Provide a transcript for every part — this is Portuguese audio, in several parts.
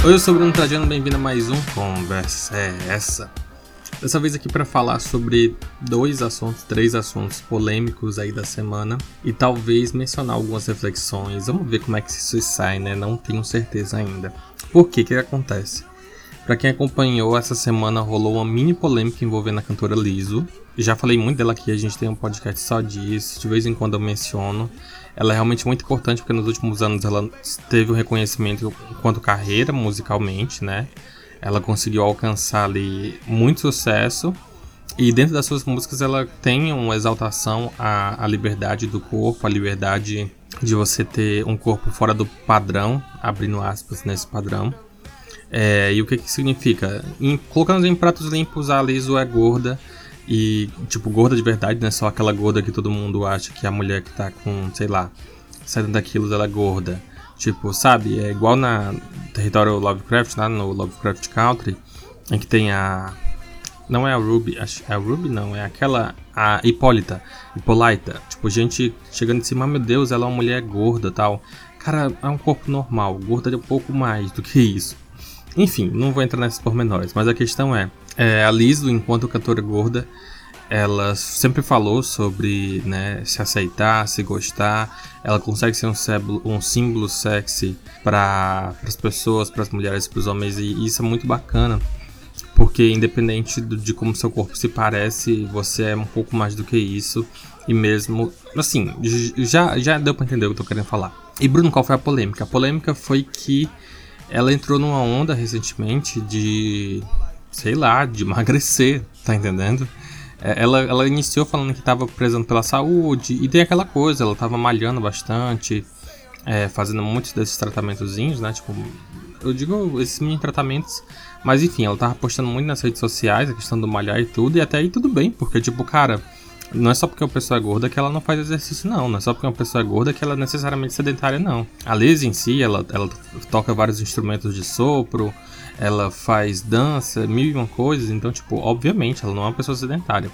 Oi, eu sou o Bruno Trajano, bem-vindo a mais um Conversa é Essa. Dessa vez aqui para falar sobre três assuntos polêmicos aí da semana e talvez mencionar algumas reflexões. Vamos ver como é que isso sai, né? Não tenho certeza ainda. Por quê? O que acontece? Pra quem acompanhou, essa semana rolou uma mini polêmica envolvendo a cantora Lizzo. Já falei muito dela aqui, a gente tem um podcast só disso, de vez em quando eu menciono. Ela é realmente muito importante porque nos últimos anos ela teve um reconhecimento enquanto carreira musicalmente, né? Ela conseguiu alcançar ali muito sucesso e dentro das suas músicas ela tem uma exaltação à liberdade do corpo, à liberdade de você ter um corpo fora do padrão, abrindo aspas nesse padrão. E o que significa? Colocando em pratos limpos, a Lizzo é gorda. E, tipo, gorda de verdade, não é só aquela gorda que todo mundo acha que a mulher que tá com, sei lá, 70 quilos ela é gorda. Tipo, sabe? É igual na Território Lovecraft, lá no Lovecraft Country, em que tem a... Não é a Ruby, é a Ruby não, é aquela... A Hipólita. Tipo, gente chegando em cima, meu Deus, ela é uma mulher gorda e tal. Cara, é um corpo normal, gorda é um pouco mais do que isso. Enfim, não vou entrar nesses pormenores, mas a questão é a Lizzo, enquanto cantora gorda, ela sempre falou sobre, né, se aceitar, se gostar. Ela consegue ser um símbolo sexy para as pessoas, para as mulheres, para os homens, e isso é muito bacana, porque independente de como seu corpo se parece, você é um pouco mais do que isso, e mesmo, assim, já deu para entender o que eu tô querendo falar. E Bruno, qual foi a polêmica? A polêmica foi que ela entrou numa onda recentemente de, sei lá, de emagrecer, tá entendendo? Ela iniciou falando que tava prezando pela saúde, e tem aquela coisa, ela tava malhando bastante, fazendo muitos desses tratamentozinhos, né? Tipo, eu digo esses mini tratamentos, mas enfim, ela tava postando muito nas redes sociais, a questão do malhar e tudo, e até aí tudo bem, porque tipo, cara, não é só porque uma pessoa é gorda que ela não faz exercício, não é só porque uma pessoa é gorda que ela é necessariamente sedentária, não. A Liz em si, ela toca vários instrumentos de sopro, ela faz dança, mil e uma coisas, então, tipo, obviamente, ela não é uma pessoa sedentária.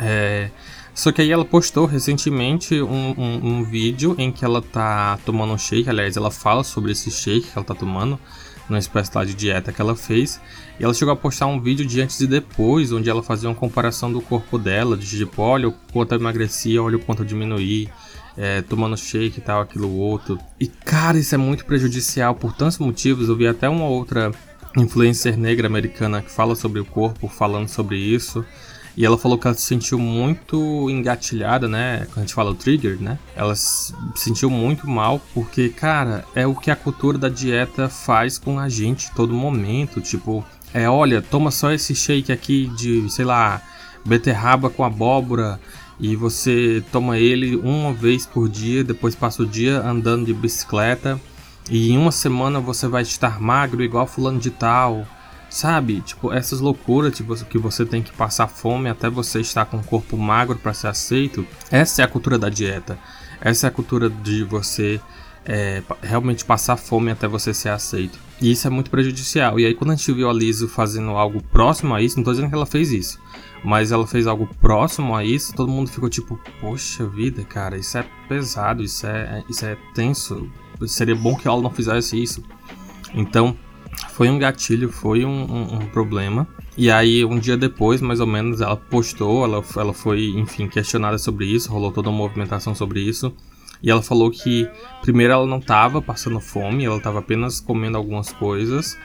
Só que aí ela postou recentemente um vídeo em que ela tá tomando um shake, aliás, ela fala sobre esse shake que ela tá tomando, numa espécie lá de dieta que ela fez, e ela chegou a postar um vídeo de antes e depois, onde ela fazia uma comparação do corpo dela, de tipo, olha o quanto eu emagreci, olha o quanto eu diminuí, tomando shake e tal, aquilo outro. E cara, isso é muito prejudicial por tantos motivos. Eu vi até uma outra influencer negra americana que fala sobre o corpo, falando sobre isso. E ela falou que ela se sentiu muito engatilhada, né? Quando a gente fala o trigger, né? Ela se sentiu muito mal porque, cara, é o que a cultura da dieta faz com a gente todo momento. Tipo, olha, toma só esse shake aqui de, sei lá, beterraba com abóbora e você toma ele uma vez por dia, depois passa o dia andando de bicicleta e em uma semana você vai estar magro igual fulano de tal. Sabe, tipo, essas loucuras tipo, que você tem que passar fome até você estar com um corpo magro para ser aceito. Essa é a cultura da dieta. Essa é a cultura de você realmente passar fome até você ser aceito. E isso é muito prejudicial. E aí quando a gente viu a Lizzo fazendo algo próximo a isso, não tô dizendo que ela fez isso, mas ela fez algo próximo a isso, todo mundo ficou tipo, poxa vida, cara, isso é pesado, isso é tenso. Seria bom que ela não fizesse isso. Então foi um gatilho, foi um problema. E aí um dia depois, mais ou menos, ela postou, ela foi, enfim, questionada sobre isso, rolou toda uma movimentação sobre isso. E ela falou que primeiro ela não estava passando fome, ela estava apenas comendo algumas coisas.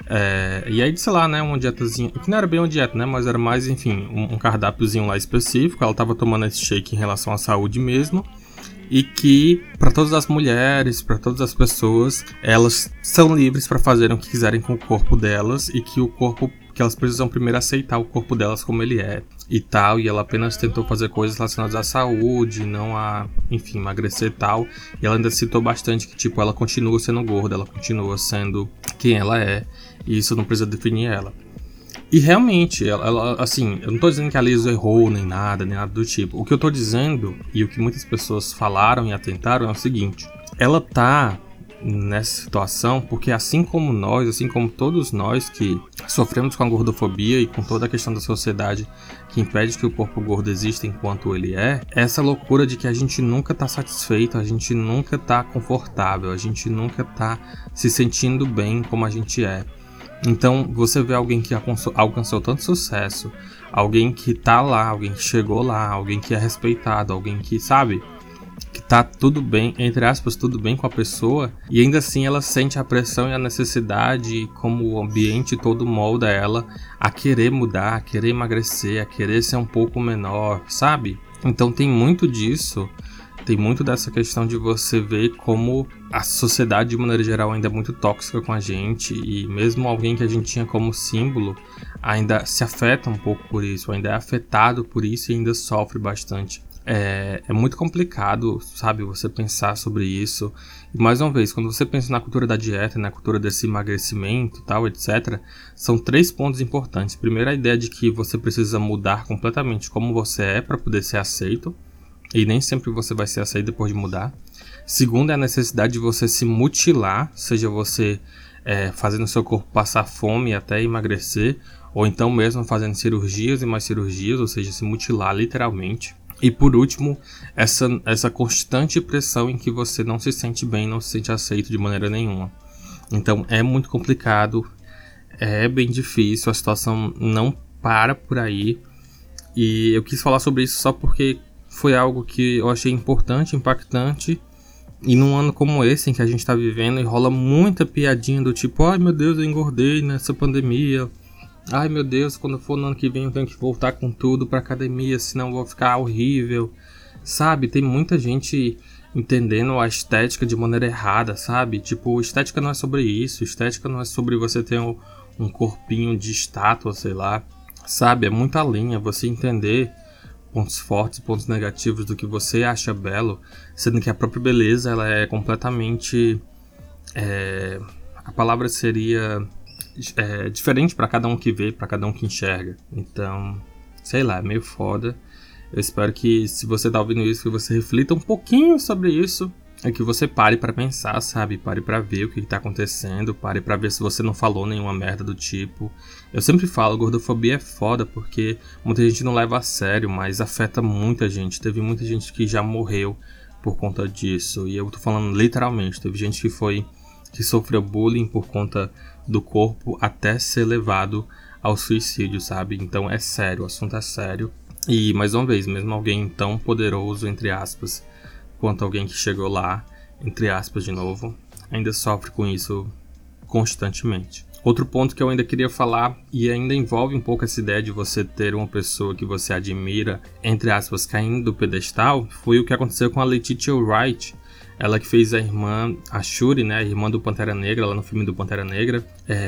E aí, sei lá, né, uma dietazinha, que não era bem uma dieta, né, mas era mais, enfim, um cardápiozinho lá específico. Ela estava tomando esse shake em relação à saúde mesmo. E que para todas as mulheres, para todas as pessoas, elas são livres para fazerem o que quiserem com o corpo delas e que que elas precisam primeiro aceitar o corpo delas como ele é e tal. E ela apenas tentou fazer coisas relacionadas à saúde, não a, enfim, emagrecer e tal. E ela ainda citou bastante que, tipo, ela continua sendo gorda, ela continua sendo quem ela é e isso não precisa definir ela. E realmente, ela, assim, eu não tô dizendo que a Lizzo errou nem nada do tipo. O que eu tô dizendo, e o que muitas pessoas falaram e atentaram, é o seguinte: ela tá nessa situação porque assim como nós, assim como todos nós que sofremos com a gordofobia e com toda a questão da sociedade que impede que o corpo gordo exista enquanto ele essa loucura de que a gente nunca tá satisfeito, a gente nunca tá confortável, a gente nunca tá se sentindo bem como a gente é. Então, você vê alguém que alcançou tanto sucesso, alguém que tá lá, alguém que chegou lá, alguém que é respeitado, alguém que, sabe, que tá tudo bem, entre aspas, tudo bem com a pessoa, e ainda assim ela sente a pressão e a necessidade, como o ambiente todo molda ela, a querer mudar, a querer emagrecer, a querer ser um pouco menor, sabe? Então tem muito disso. Tem muito dessa questão de você ver como a sociedade, de maneira geral, ainda é muito tóxica com a gente, e mesmo alguém que a gente tinha como símbolo ainda se afeta um pouco por isso, ainda é afetado por isso e ainda sofre bastante. É muito complicado, sabe, você pensar sobre isso. E mais uma vez, quando você pensa na cultura da dieta, na cultura desse emagrecimento e tal, etc., são 3 pontos importantes. Primeiro, a ideia de que você precisa mudar completamente como você é para poder ser aceito. E nem sempre você vai ser aceito depois de mudar. Segundo, é a necessidade de você se mutilar, seja você fazendo seu corpo passar fome até emagrecer, ou então mesmo fazendo cirurgias e mais cirurgias, ou seja, se mutilar literalmente. E por último, essa constante pressão em que você não se sente bem, não se sente aceito de maneira nenhuma. Então é muito complicado, é bem difícil, a situação não para por aí. E eu quis falar sobre isso só porque foi algo que eu achei importante, impactante. E num ano como esse em que a gente tá vivendo, e rola muita piadinha do tipo: ai meu Deus, eu engordei nessa pandemia. Ai meu Deus, quando for no ano que vem eu tenho que voltar com tudo pra academia, senão eu vou ficar horrível. Sabe, tem muita gente entendendo a estética de maneira errada, sabe? Tipo, estética não é sobre isso, estética não é sobre você ter um corpinho de estátua, sei lá. Sabe, é muita linha você entender pontos fortes e pontos negativos do que você acha belo, sendo que a própria beleza ela é completamente a palavra seria diferente para cada um que vê, para cada um que enxerga. Então, sei lá, é meio foda. Eu espero que, se você tá ouvindo isso, que você reflita um pouquinho sobre isso, é que você pare pra pensar, sabe? Pare pra ver o que tá acontecendo, pare pra ver se você não falou nenhuma merda do tipo. Eu sempre falo, gordofobia é foda porque muita gente não leva a sério, mas afeta muita gente. Teve muita gente que já morreu por conta disso, e eu tô falando literalmente. Teve gente que sofreu bullying por conta do corpo até ser levado ao suicídio, sabe? Então é sério, o assunto é sério. E, mais uma vez, mesmo alguém tão poderoso, entre aspas, quanto alguém que chegou lá, entre aspas de novo, ainda sofre com isso constantemente. Outro ponto que eu ainda queria falar, e ainda envolve um pouco essa ideia de você ter uma pessoa que você admira, entre aspas, caindo do pedestal, foi o que aconteceu com a Letitia Wright. Ela que fez a irmã, a Shuri, né, a irmã do Pantera Negra, lá no filme do Pantera Negra.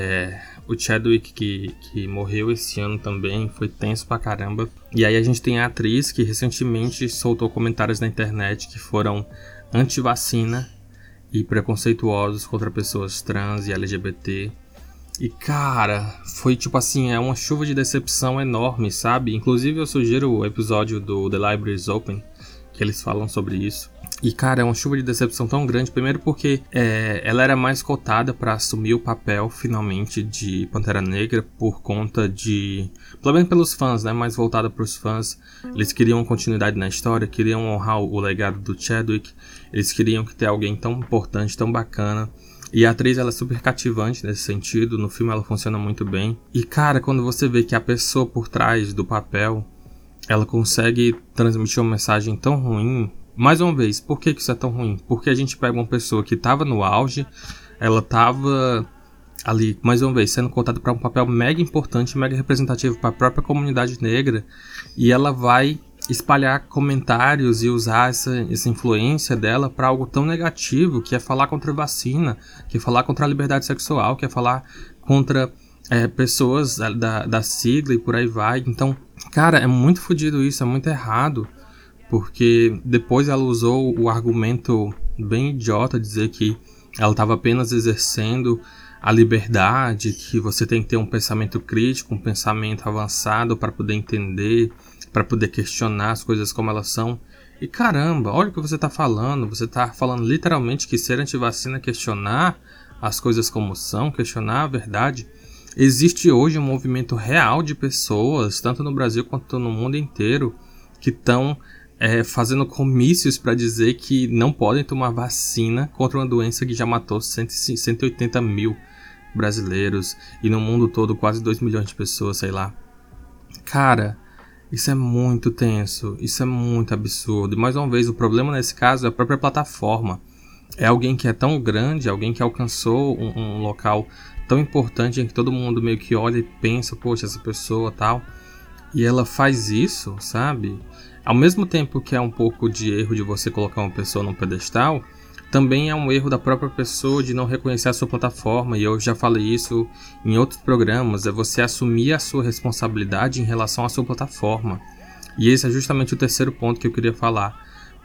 O Chadwick, que morreu esse ano também, foi tenso pra caramba. E aí a gente tem a atriz que recentemente soltou comentários na internet que foram anti-vacina e preconceituosos contra pessoas trans e LGBT. E cara, foi tipo assim, é uma chuva de decepção enorme, sabe? Inclusive eu sugiro o episódio do The Library is Open, que eles falam sobre isso. E cara, é uma chuva de decepção tão grande, primeiro porque ela era mais cotada pra assumir o papel finalmente de Pantera Negra por conta de, pelo menos pelos fãs, né, mais voltada pros fãs. Eles queriam continuidade na história, queriam honrar o legado do Chadwick, eles queriam que ter alguém tão importante, tão bacana. E a atriz ela é super cativante nesse sentido, no filme ela funciona muito bem. E cara, quando você vê que a pessoa por trás do papel, ela consegue transmitir uma mensagem tão ruim. Mais uma vez, por que isso é tão ruim? Porque a gente pega uma pessoa que estava no auge, ela estava ali, mais uma vez, sendo contada para um papel mega importante, mega representativo para a própria comunidade negra, e ela vai espalhar comentários e usar essa influência dela para algo tão negativo, que é falar contra a vacina, que é falar contra a liberdade sexual, que é falar contra pessoas da sigla e por aí vai. Então, cara, é muito fodido isso, é muito errado. Porque depois ela usou o argumento bem idiota de dizer que ela estava apenas exercendo a liberdade, que você tem que ter um pensamento crítico, um pensamento avançado para poder entender, para poder questionar as coisas como elas são. E caramba, olha o que você está falando. Você está falando literalmente que ser antivacina é questionar as coisas como são, questionar a verdade. Existe hoje um movimento real de pessoas, tanto no Brasil quanto no mundo inteiro, que estão fazendo comícios para dizer que não podem tomar vacina contra uma doença que já matou 180 mil brasileiros e no mundo todo quase 2 milhões de pessoas, sei lá. Cara, isso é muito tenso, isso é muito absurdo. E mais uma vez, o problema nesse caso é a própria plataforma. É alguém que é tão grande, alguém que alcançou um local tão importante em que todo mundo meio que olha e pensa, poxa, essa pessoa tal. E ela faz isso, sabe? Ao mesmo tempo que é um pouco de erro de você colocar uma pessoa num pedestal, também é um erro da própria pessoa de não reconhecer a sua plataforma. E eu já falei isso em outros programas, é você assumir a sua responsabilidade em relação à sua plataforma. E esse é justamente o terceiro ponto que eu queria falar.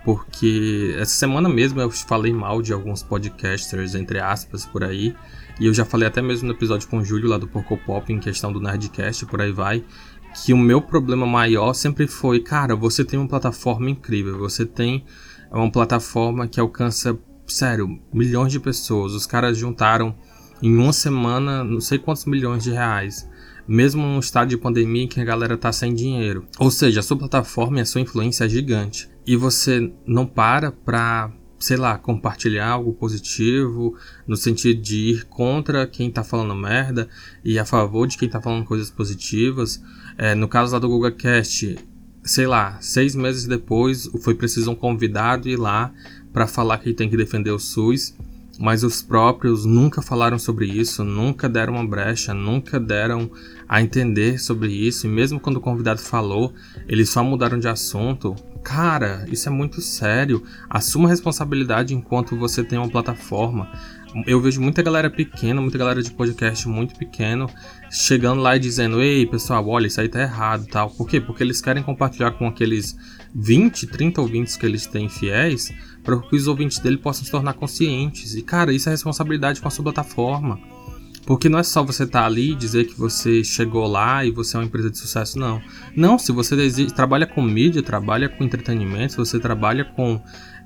Porque essa semana mesmo eu falei mal de alguns podcasters, entre aspas, por aí. E eu já falei até mesmo no episódio com o Júlio lá do Porco Pop, em questão do Nerdcast, por aí vai. Que o meu problema maior sempre foi, cara, você tem uma plataforma incrível. Você tem uma plataforma que alcança, sério, milhões de pessoas. Os caras juntaram em uma semana não sei quantos milhões de reais. Mesmo num estado de pandemia em que a galera tá sem dinheiro. Ou seja, a sua plataforma e a sua influência é gigante. E você não para pra, sei lá, compartilhar algo positivo, no sentido de ir contra quem tá falando merda e a favor de quem tá falando coisas positivas. No caso lá do GugaCast, sei lá, 6 meses depois foi preciso um convidado ir lá pra falar que tem que defender o SUS. Mas os próprios nunca falaram sobre isso, nunca deram uma brecha, nunca deram a entender sobre isso. E mesmo quando o convidado falou, eles só mudaram de assunto. Cara, isso é muito sério. Assuma a responsabilidade enquanto você tem uma plataforma. Eu vejo muita galera pequena, muita galera de podcast muito pequeno, chegando lá e dizendo, ei pessoal, olha, isso aí tá errado, tal. Por quê? Porque eles querem compartilhar com aqueles 20, 30 ouvintes que eles têm fiéis, para que os ouvintes dele possam se tornar conscientes. E cara, isso é responsabilidade com a sua plataforma. Porque não é só você estar ali e dizer que você chegou lá e você é uma empresa de sucesso, não. Não, se você trabalha com mídia, trabalha com entretenimento, se você trabalha com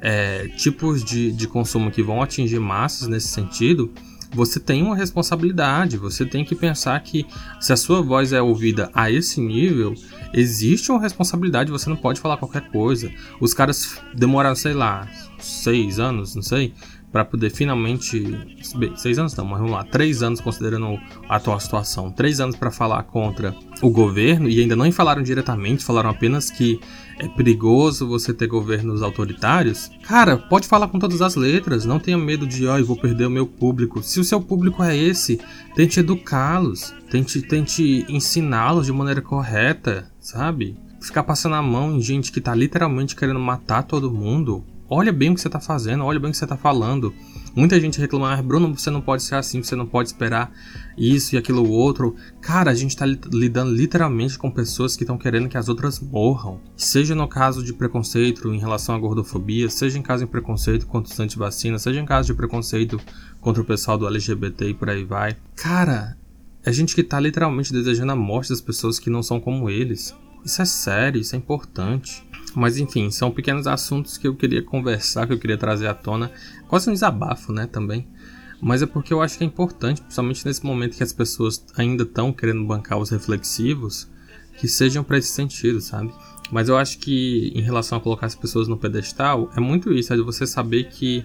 tipos de consumo que vão atingir massas nesse sentido, você tem uma responsabilidade, você tem que pensar que se a sua voz é ouvida a esse nível, existe uma responsabilidade, você não pode falar qualquer coisa. Os caras demoraram, sei lá, 6 anos, não sei, para poder finalmente... 6 anos não, mas vamos lá, 3 anos considerando a atual situação. 3 anos para falar contra o governo, e ainda não falaram diretamente, falaram apenas que é perigoso você ter governos autoritários. Cara, pode falar com todas as letras, não tenha medo de, eu vou perder o meu público. Se o seu público é esse, tente educá-los, tente ensiná-los de maneira correta, sabe? Ficar passando a mão em gente que tá literalmente querendo matar todo mundo. Olha bem o que você tá fazendo, olha bem o que você tá falando. Muita gente reclama, Bruno, você não pode ser assim, você não pode esperar isso e aquilo outro. Cara, a gente tá lidando literalmente com pessoas que estão querendo que as outras morram. Seja no caso de preconceito em relação à gordofobia, seja em caso de preconceito contra os antivacinas, seja em caso de preconceito contra o pessoal do LGBT e por aí vai. Cara, é gente que tá literalmente desejando a morte das pessoas que não são como eles. Isso é sério, isso é importante. Mas enfim, são pequenos assuntos que eu queria conversar, que eu queria trazer à tona. Quase um desabafo, né, também. Mas é porque eu acho que é importante, principalmente nesse momento que as pessoas ainda estão querendo bancar os reflexivos, que sejam para esse sentido, sabe? Mas eu acho que em relação a colocar as pessoas no pedestal, é muito isso, é de você saber que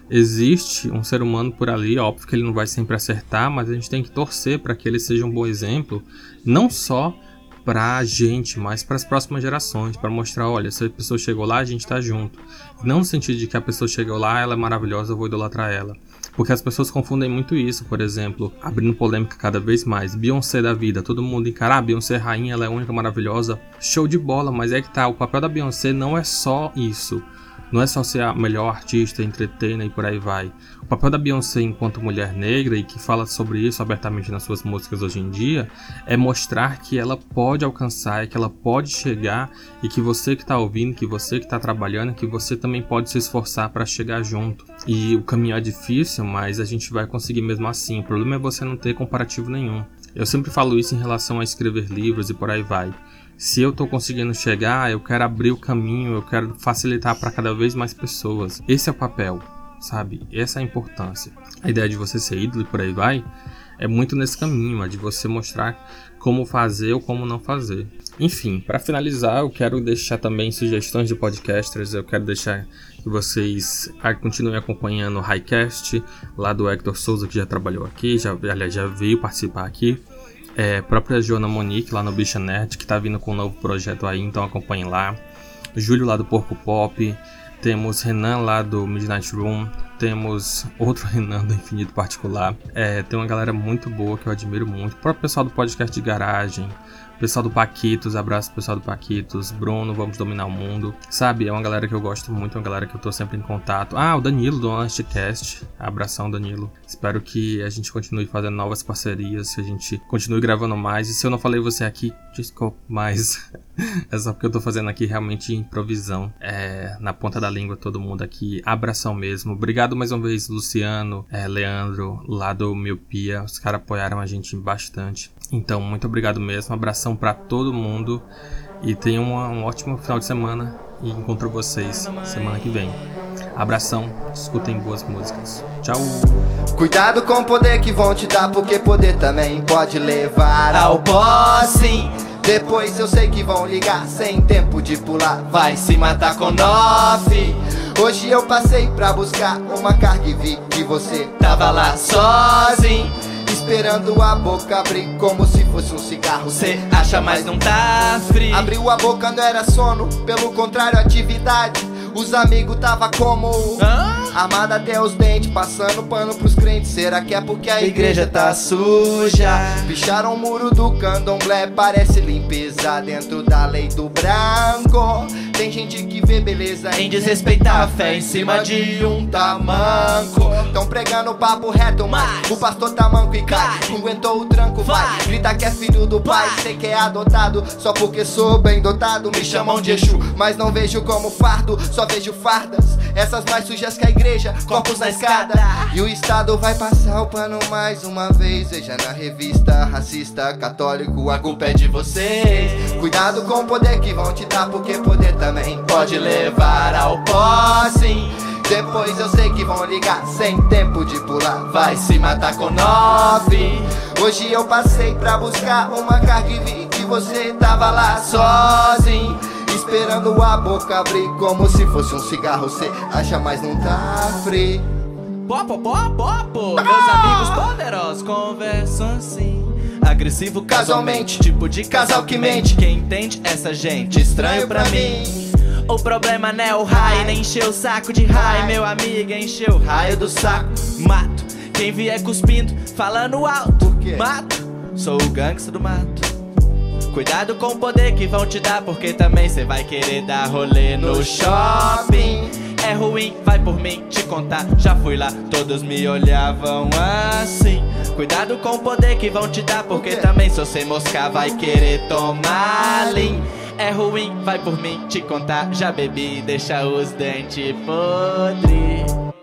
existe um ser humano por ali, óbvio que ele não vai sempre acertar, mas a gente tem que torcer para que ele seja um bom exemplo, não só pra gente, mas para as próximas gerações, para mostrar, olha, se a pessoa chegou lá, a gente tá junto. Não no sentido de que a pessoa chegou lá, ela é maravilhosa, eu vou idolatrar ela. Porque as pessoas confundem muito isso, por exemplo, abrindo polêmica cada vez mais. Beyoncé da vida, todo mundo encara, Beyoncé é rainha, ela é única, maravilhosa. Show de bola, mas é que tá, o papel da Beyoncé não é só isso. Não é só ser a melhor artista, entertainer e por aí vai. O papel da Beyoncé enquanto mulher negra, e que fala sobre isso abertamente nas suas músicas hoje em dia, é mostrar que ela pode alcançar, que ela pode chegar, e que você que está ouvindo, que você que está trabalhando, que você também pode se esforçar para chegar junto. E o caminho é difícil, mas a gente vai conseguir mesmo assim. O problema é você não ter comparativo nenhum. Eu sempre falo isso em relação a escrever livros e por aí vai. Se eu tô conseguindo chegar, eu quero abrir o caminho, eu quero facilitar para cada vez mais pessoas. Esse é o papel, sabe? Essa é a importância. A ideia de você ser ídolo e por aí vai é muito nesse caminho, de você mostrar como fazer ou como não fazer. Enfim, para finalizar, eu quero deixar também sugestões de podcasters. Eu quero deixar que vocês continuem acompanhando o Highcast, lá do Hector Souza, que já trabalhou aqui, já veio participar aqui. Própria Joana Monique, lá no Bicha Nerd, que tá vindo com um novo projeto aí, então acompanhem lá. Júlio, lá do Porco Pop. Temos Renan, lá do Midnight Room. Temos outro Renan do Infinito Particular. Tem uma galera muito boa que eu admiro muito. O próprio pessoal do podcast de garagem. O pessoal do Paquitos, abraço pro pessoal do Paquitos. Bruno, Vamos Dominar o Mundo. Sabe, é uma galera que eu gosto muito, é uma galera que eu tô sempre em contato. O Danilo do Honestcast. Abração, Danilo. Espero que a gente continue fazendo novas parcerias, que a gente continue gravando mais. E se eu não falei você aqui, desculpa, mas é só porque eu tô fazendo aqui realmente improvisão. Na ponta da língua, todo mundo aqui. Abração mesmo. Obrigado mais uma vez, Luciano, Leandro, lá do Miopia. Os caras apoiaram a gente bastante. Então, muito obrigado mesmo. Um abração pra todo mundo. E tenham um ótimo final de semana. E encontro vocês semana que vem. Abração. Escutem boas músicas. Tchau. Cuidado com o poder que vão te dar, porque poder também pode levar ao bossing. Depois eu sei que vão ligar sem tempo de pular. Vai se matar com 9. Hoje eu passei pra buscar uma carga e vi que você tava lá sozinho, esperando a boca abrir como se fosse um cigarro. Cê acha, mas não tá frio. Abriu a boca, não era sono, pelo contrário, atividade. Os amigos tava como armada até os dentes, passando pano pros crentes. Será que é porque a igreja tá suja? Picharam o muro do candomblé, parece limpeza dentro da lei do branco. Tem gente que vê beleza em desrespeitar a fé em cima de um tamanco. Tão pregando papo reto, mas o pastor tá manco e cai. Não aguentou o tranco, vai. Grita que é filho do pai, sei que é adotado. Só porque sou bem dotado, me chamam de Exu, mas não vejo como fardo, só vejo fardas, essas mais sujas que a igreja, corpos na escada. E o Estado vai passar o pano mais uma vez. Veja na revista racista, católico, a culpa é de vocês. Cuidado com o poder que vão te dar, porque poder também pode levar ao posse. Depois eu sei que vão ligar sem tempo de pular. Vai se matar com 9. Hoje eu passei pra buscar uma carga e vi que você tava lá sozinho, esperando a boca abrir como se fosse um cigarro. Cê acha, mas não tá free. Meus amigos poderosos conversam assim, agressivo casualmente, tipo de casal que mente. Quem entende essa gente? Estranho pra mim. O problema não é o raio, nem encher o saco de raio. Meu amigo, encheu o raio do saco. Mato quem vier cuspindo, falando alto. Mato, sou o gangsta do mato. Cuidado com o poder que vão te dar, porque também cê vai querer dar rolê no shopping. É ruim, vai por mim te contar, já fui lá, todos me olhavam assim. Cuidado com o poder que vão te dar, porque também se você moscar vai querer tomar lean. É ruim, vai por mim te contar, já bebi, deixa os dentes podres.